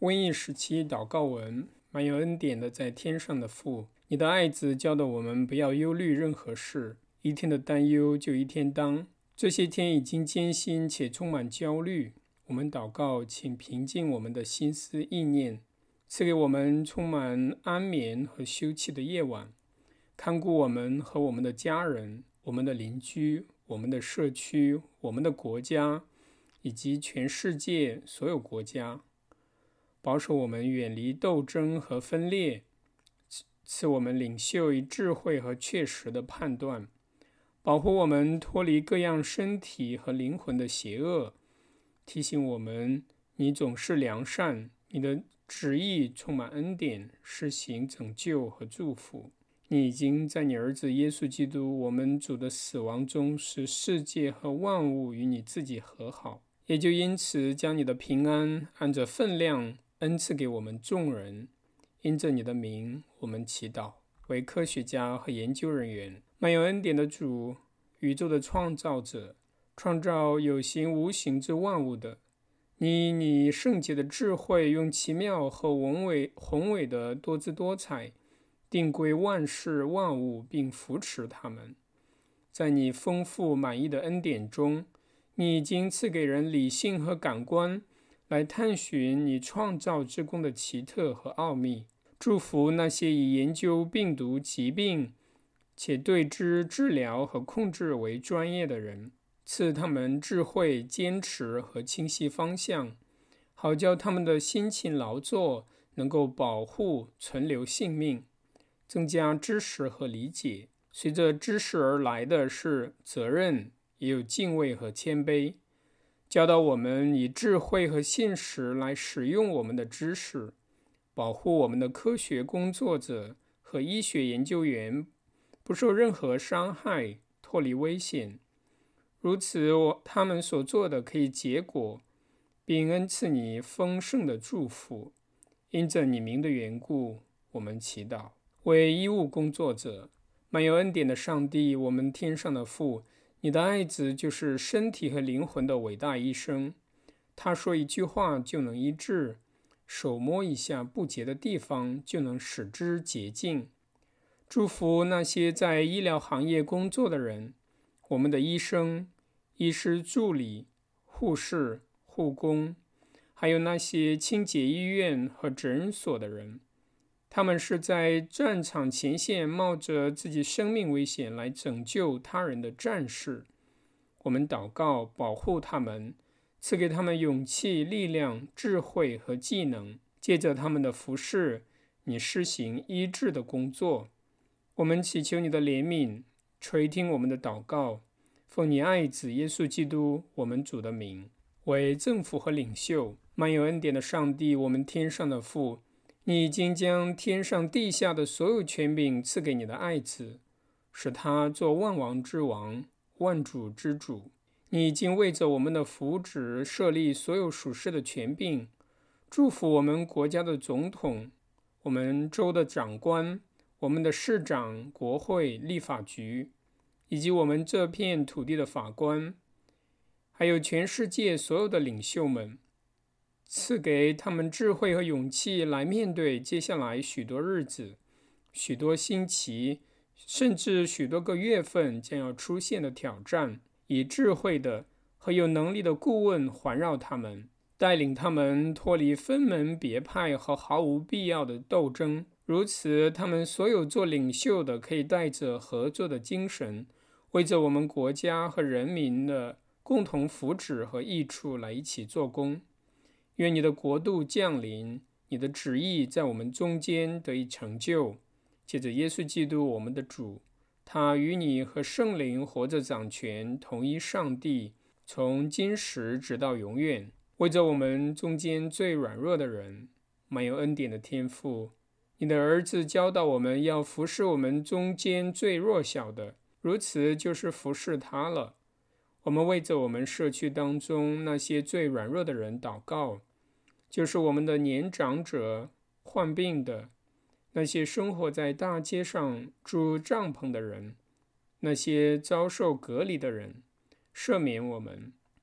瘟疫时期祷告文，满有恩典的在天上的父，你的爱子教导我们不要忧虑任何事，一天的担忧就一天当。这些天已经艰辛且充满焦虑，我们祷告，请平静我们的心思意念，赐给我们充满安眠和休憩的夜晚，看顾我们和我们的家人、我们的邻居、我们的社区、我们的国家，以及全世界所有国家。保守我们远离斗争和分裂，赐我们领袖以智慧和确实的判断，保护我们脱离各样身体和灵魂的邪恶，提醒我们你总是良善，你的旨意充满恩典，施行拯救和祝福。你已经在你儿子耶稣基督我们主的死亡中使世界和万物与你自己和好，也就因此将你的平安按着分量恩赐给我们众人。因着你的名，我们祈祷。为科学家和研究人员，满有恩典的主，宇宙的创造者，创造有形无形之万物的，你以你圣洁的智慧，用奇妙和宏伟的多姿多彩定规万事万物，并扶持他们。在你丰富满意的恩典中，你已经赐给人理性和感官，来探寻你创造之功的奇特和奥秘。祝福那些以研究病毒疾病且对之治疗和控制为专业的人，赐他们智慧、坚持和清晰方向，好叫他们的辛勤劳作能够保护存留性命，增加知识和理解。随着知识而来的是责任，也有敬畏和谦卑。教导我们以智慧和信实来使用我们的知识，保护我们的科学工作者和医学研究员不受任何伤害，脱离危险。如此，他们所做的可以结果，并恩赐你丰盛的祝福。因着你名的缘故，我们祈祷。为医务工作者，满有恩典的上帝，我们天上的父，你的爱子就是身体和灵魂的伟大医生。他说一句话就能医治，手摸一下不洁的地方就能使之洁净。祝福那些在医疗行业工作的人，我们的医生、医师助理、护士、护工，还有那些清洁医院和诊所的人，他们是在战场前线冒着自己生命危险来拯救他人的战士。我们祷告，保护他们，赐给他们勇气、力量、智慧和技能，借着他们的服事，你施行医治的工作。我们祈求你的怜悯，垂听我们的祷告，奉你爱子耶稣基督我们主的名。为政府和领袖，满有恩典的上帝，我们天上的父，你已经将天上地下的所有权柄赐给你的爱子，使他做万王之王，万主之主。你已经为着我们的福祉设立所有属世的权柄，祝福我们国家的总统，我们州的长官，我们的市长、国会、立法局，以及我们这片土地的法官，还有全世界所有的领袖们，赐给他们智慧和勇气来面对接下来许多日子、许多星期，甚至许多个月份将要出现的挑战，以智慧的和有能力的顾问环绕他们，带领他们脱离分门别派和毫无必要的斗争。如此，他们所有做领袖的可以带着合作的精神，为着我们国家和人民的共同福祉和益处来一起做工。愿你的国度降临，你的旨意在我们中间得以成就。借着耶稣基督我们的主，他与你和圣灵活着掌权，同一上帝，从今时直到永远。为着我们中间最软弱的人，满有恩典的天父，你的儿子教导我们要服侍我们中间最弱小的，如此就是服侍他了。我们为着我们社区当中那些最软弱的人祷告，就是我们的年长者、患病的，那些生活在大街上住帐篷的人，那些遭受隔离的人，赦免我们，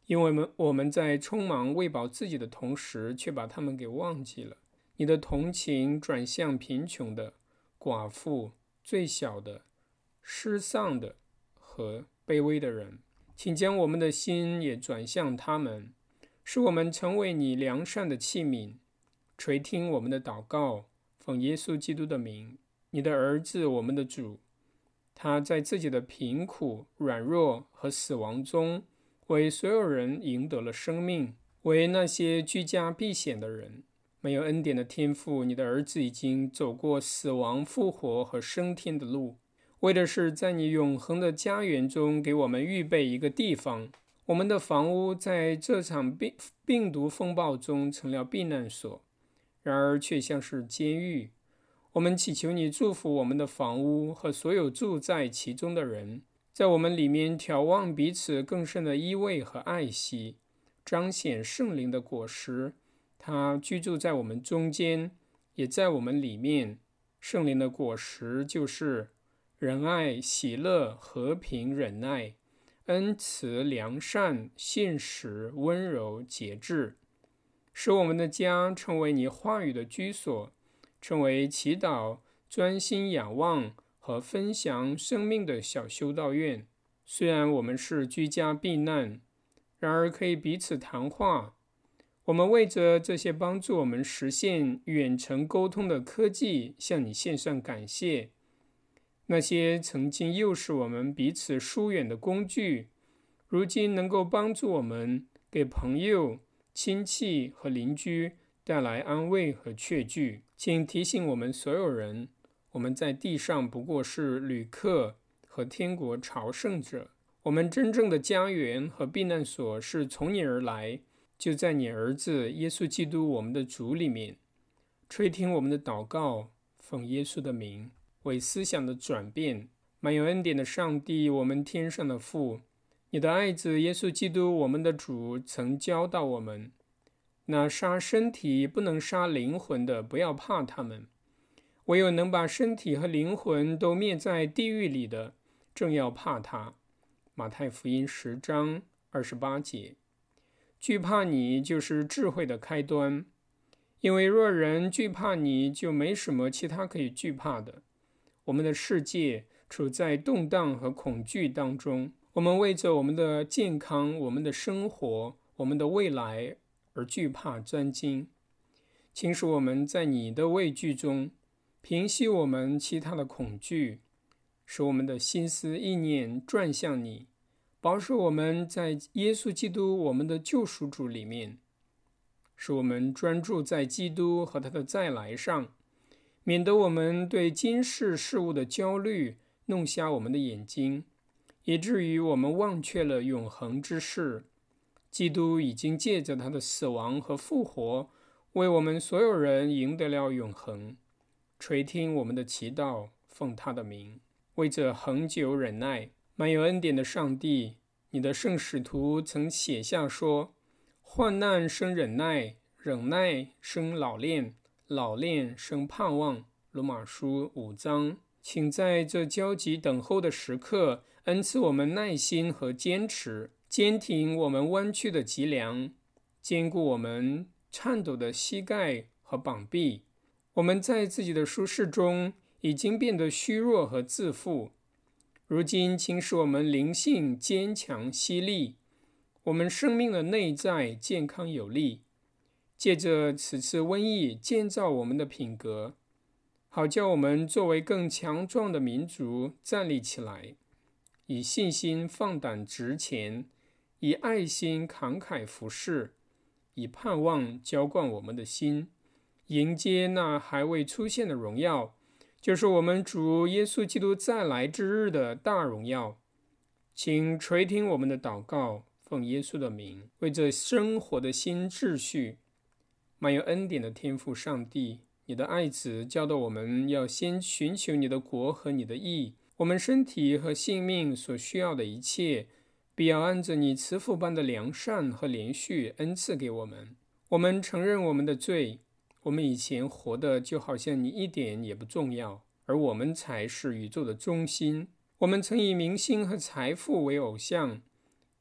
因为我们在匆忙喂饱自己的同时，却把他们给忘记了。你的同情转向贫穷的、寡妇、最小的、失丧的和卑微的人，请将我们的心也转向他们，使我们成为你良善的器皿。垂听我们的祷告，奉耶稣基督的名，你的儿子，我们的主。他在自己的贫苦、软弱和死亡中，为所有人赢得了生命，为那些居家避险的人。没有恩典的天父，你的儿子已经走过死亡、复活和升天的路，为的是在你永恒的家园中给我们预备一个地方。我们的房屋在这场病毒风暴中成了避难所，然而却像是监狱。我们祈求你祝福我们的房屋和所有住在其中的人，在我们里面眺望彼此更深的依偎和爱惜，彰显圣灵的果实。他居住在我们中间，也在我们里面。圣灵的果实就是仁爱、喜乐、和平、忍耐、恩慈、良善、信实、温柔、节制，使我们的家成为你话语的居所，成为祈祷、专心仰望和分享生命的小修道院。虽然我们是居家避难，然而可以彼此谈话。我们为着这些帮助我们实现远程沟通的科技向你献上感谢。那些曾经诱使我们彼此疏远的工具，如今能够帮助我们给朋友、亲戚和邻居带来安慰和确据。请提醒我们所有人，我们在地上不过是旅客和天国朝圣者。我们真正的家园和避难所是从你而来，就在你儿子耶稣基督我们的主里面。垂听我们的祷告，奉耶稣的名。为思想的转变，满有恩典的上帝，我们天上的父，你的爱子耶稣基督我们的主曾教导我们，那杀身体不能杀灵魂的，不要怕他们；唯有能把身体和灵魂都灭在地狱里的，正要怕他。马太福音10章28节。惧怕你就是智慧的开端，因为若人惧怕你，就没什么其他可以惧怕的。我们的世界处在动荡和恐惧当中，我们为着我们的健康、我们的生活、我们的未来而惧怕钻惊。请使我们在你的畏惧中平息我们其他的恐惧，使我们的心思意念转向你，保守我们在耶稣基督我们的救赎主里面，使我们专注在基督和他的再来上，免得我们对今世事物的焦虑弄瞎我们的眼睛，以至于我们忘却了永恒之事。基督已经借着他的死亡和复活，为我们所有人赢得了永恒。垂听我们的祈祷，奉他的名。为着恒久忍耐，满有恩典的上帝，你的圣使徒曾写下说，患难生忍耐，忍耐生老练，老练生盼望。罗马书5章。请在这焦急等候的时刻，恩赐我们耐心和坚持，坚挺我们弯曲的脊梁，坚固我们颤抖的膝盖和膀臂。我们在自己的舒适中已经变得虚弱和自负，如今请使我们灵性坚强犀利，我们生命的内在健康有力。借着此次瘟疫建造我们的品格，好叫我们作为更强壮的民族站立起来，以信心放胆直前，以爱心慷慨服侍，以盼望浇灌我们的心，迎接那还未出现的荣耀，就是我们主耶稣基督再来之日的大荣耀。请垂听我们的祷告，奉耶稣的名。为这生活的新秩序，满有恩典的天父上帝，你的爱子教导我们要先寻求你的国和你的义，我们身体和性命所需要的一切，必要按着你慈父般的良善和连续恩赐给我们。我们承认我们的罪，我们以前活的就好像你一点也不重要，而我们才是宇宙的中心。我们曾以明星和财富为偶像，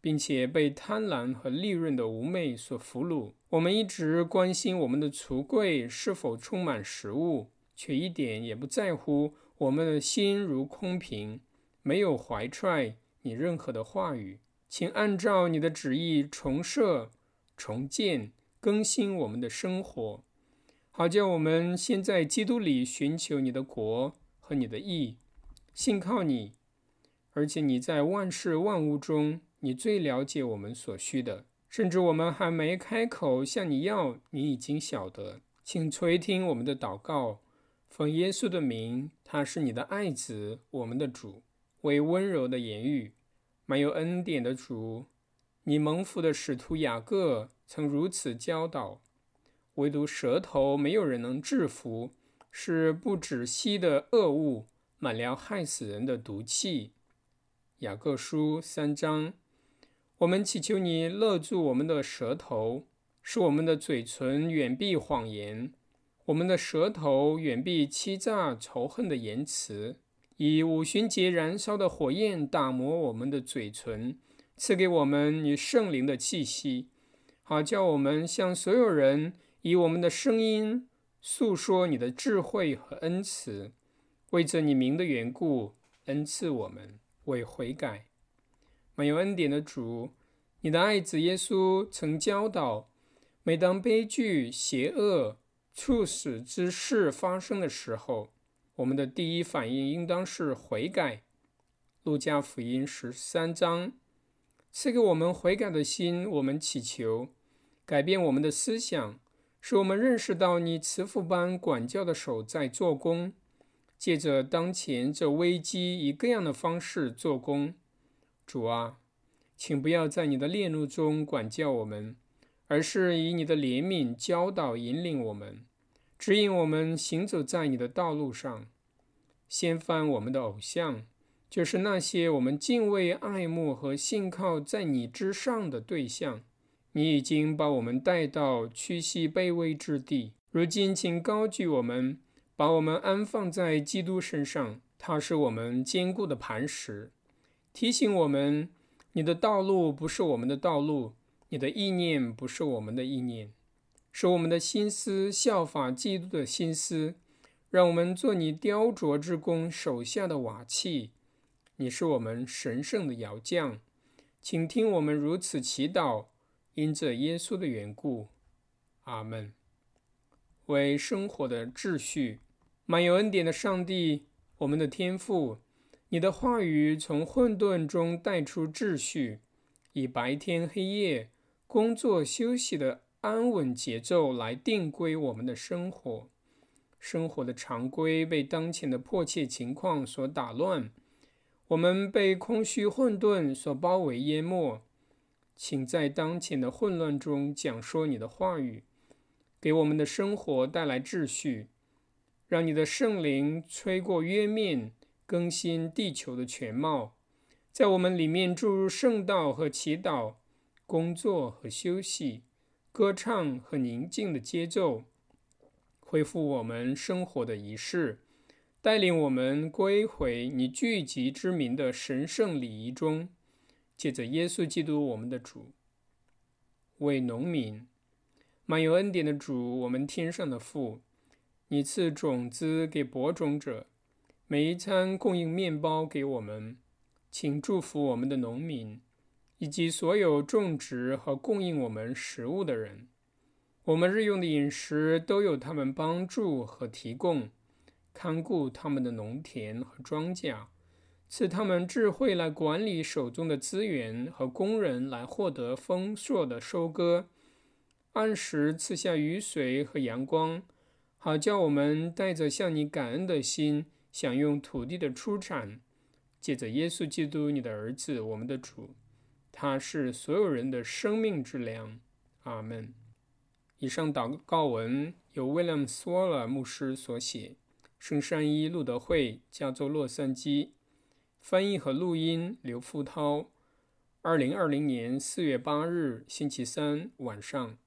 并且被贪婪和利润的妩媚所俘虏。我们一直关心我们的橱柜是否充满食物，却一点也不在乎我们的心如空瓶，没有怀揣你任何的话语。请按照你的旨意重设、重建、更新我们的生活，好叫我们先在基督里寻求你的国和你的义，信靠你，而且你在万事万物中，你最了解我们所需的，甚至我们还没开口向你要，你已经晓得。请垂听我们的祷告，奉耶稣的名，他是你的爱子，我们的主。为温柔的言语，满有恩典的主，你蒙福的使徒雅各曾如此教导，唯独舌头没有人能制服，是不止息的恶物，满了害死人的毒气。雅各书3章。我们祈求你勒住我们的舌头，使我们的嘴唇远避谎言，我们的舌头远避欺诈仇恨的言辞，以五旬节燃烧的火焰打磨我们的嘴唇，赐给我们你圣灵的气息，好叫我们向所有人以我们的声音诉说你的智慧和恩慈，为着你名的缘故恩赐我们为悔改。满有恩典的主，你的爱子耶稣曾教导，每当悲剧、邪恶、猝死之事发生的时候，我们的第一反应应当是悔改。路加福音13章。赐给我们悔改的心，我们祈求改变我们的思想，使我们认识到你慈父般管教的手在做工，借着当前这危机以各样的方式做工。主啊，请不要在你的烈怒中管教我们，而是以你的怜悯教导引领我们，指引我们行走在你的道路上。掀翻我们的偶像，就是那些我们敬畏、爱慕和信靠在你之上的对象。你已经把我们带到屈膝卑微之地，如今请高举我们，把我们安放在基督身上，他是我们坚固的磐石，提醒我们你的道路不是我们的道路，你的意念不是我们的意念，使我们的心思效法基督的心思，让我们做你雕琢之工手下的瓦器。你是我们神圣的窑匠，请听我们如此祈祷，因着耶稣的缘故，阿们。为生活的秩序，满有恩典的上帝，我们的天父，你的话语从混沌中带出秩序，以白天黑夜、工作休息的安稳节奏来定规我们的生活。生活的常规被当前的迫切情况所打乱，我们被空虚混沌所包围淹没。请在当前的混乱中讲说你的话语，给我们的生活带来秩序，让你的圣灵吹过约面，更新地球的全貌，在我们里面注入圣道和祈祷、工作和休息、歌唱和宁静的节奏，恢复我们生活的仪式，带领我们归回你聚集之民的神圣礼仪中，借着耶稣基督我们的主。为农民，满有恩典的主，我们天上的父，你赐种子给播种者，每一餐供应面包给我们，请祝福我们的农民，以及所有种植和供应我们食物的人。我们日用的饮食都有他们帮助和提供，看顾他们的农田和庄稼，赐他们智慧来管理手中的资源和工人来获得丰硕的收割，按时赐下雨水和阳光，好叫我们带着向你感恩的心享用土地的出产，借着耶稣基督你的儿子我们的主，他是所有人的生命之粮。阿们。以上祷告文由 William Swaller 牧师所写，圣山一路德会，加州洛杉矶，翻译和录音刘富涛，2020年4月8日星期三晚上。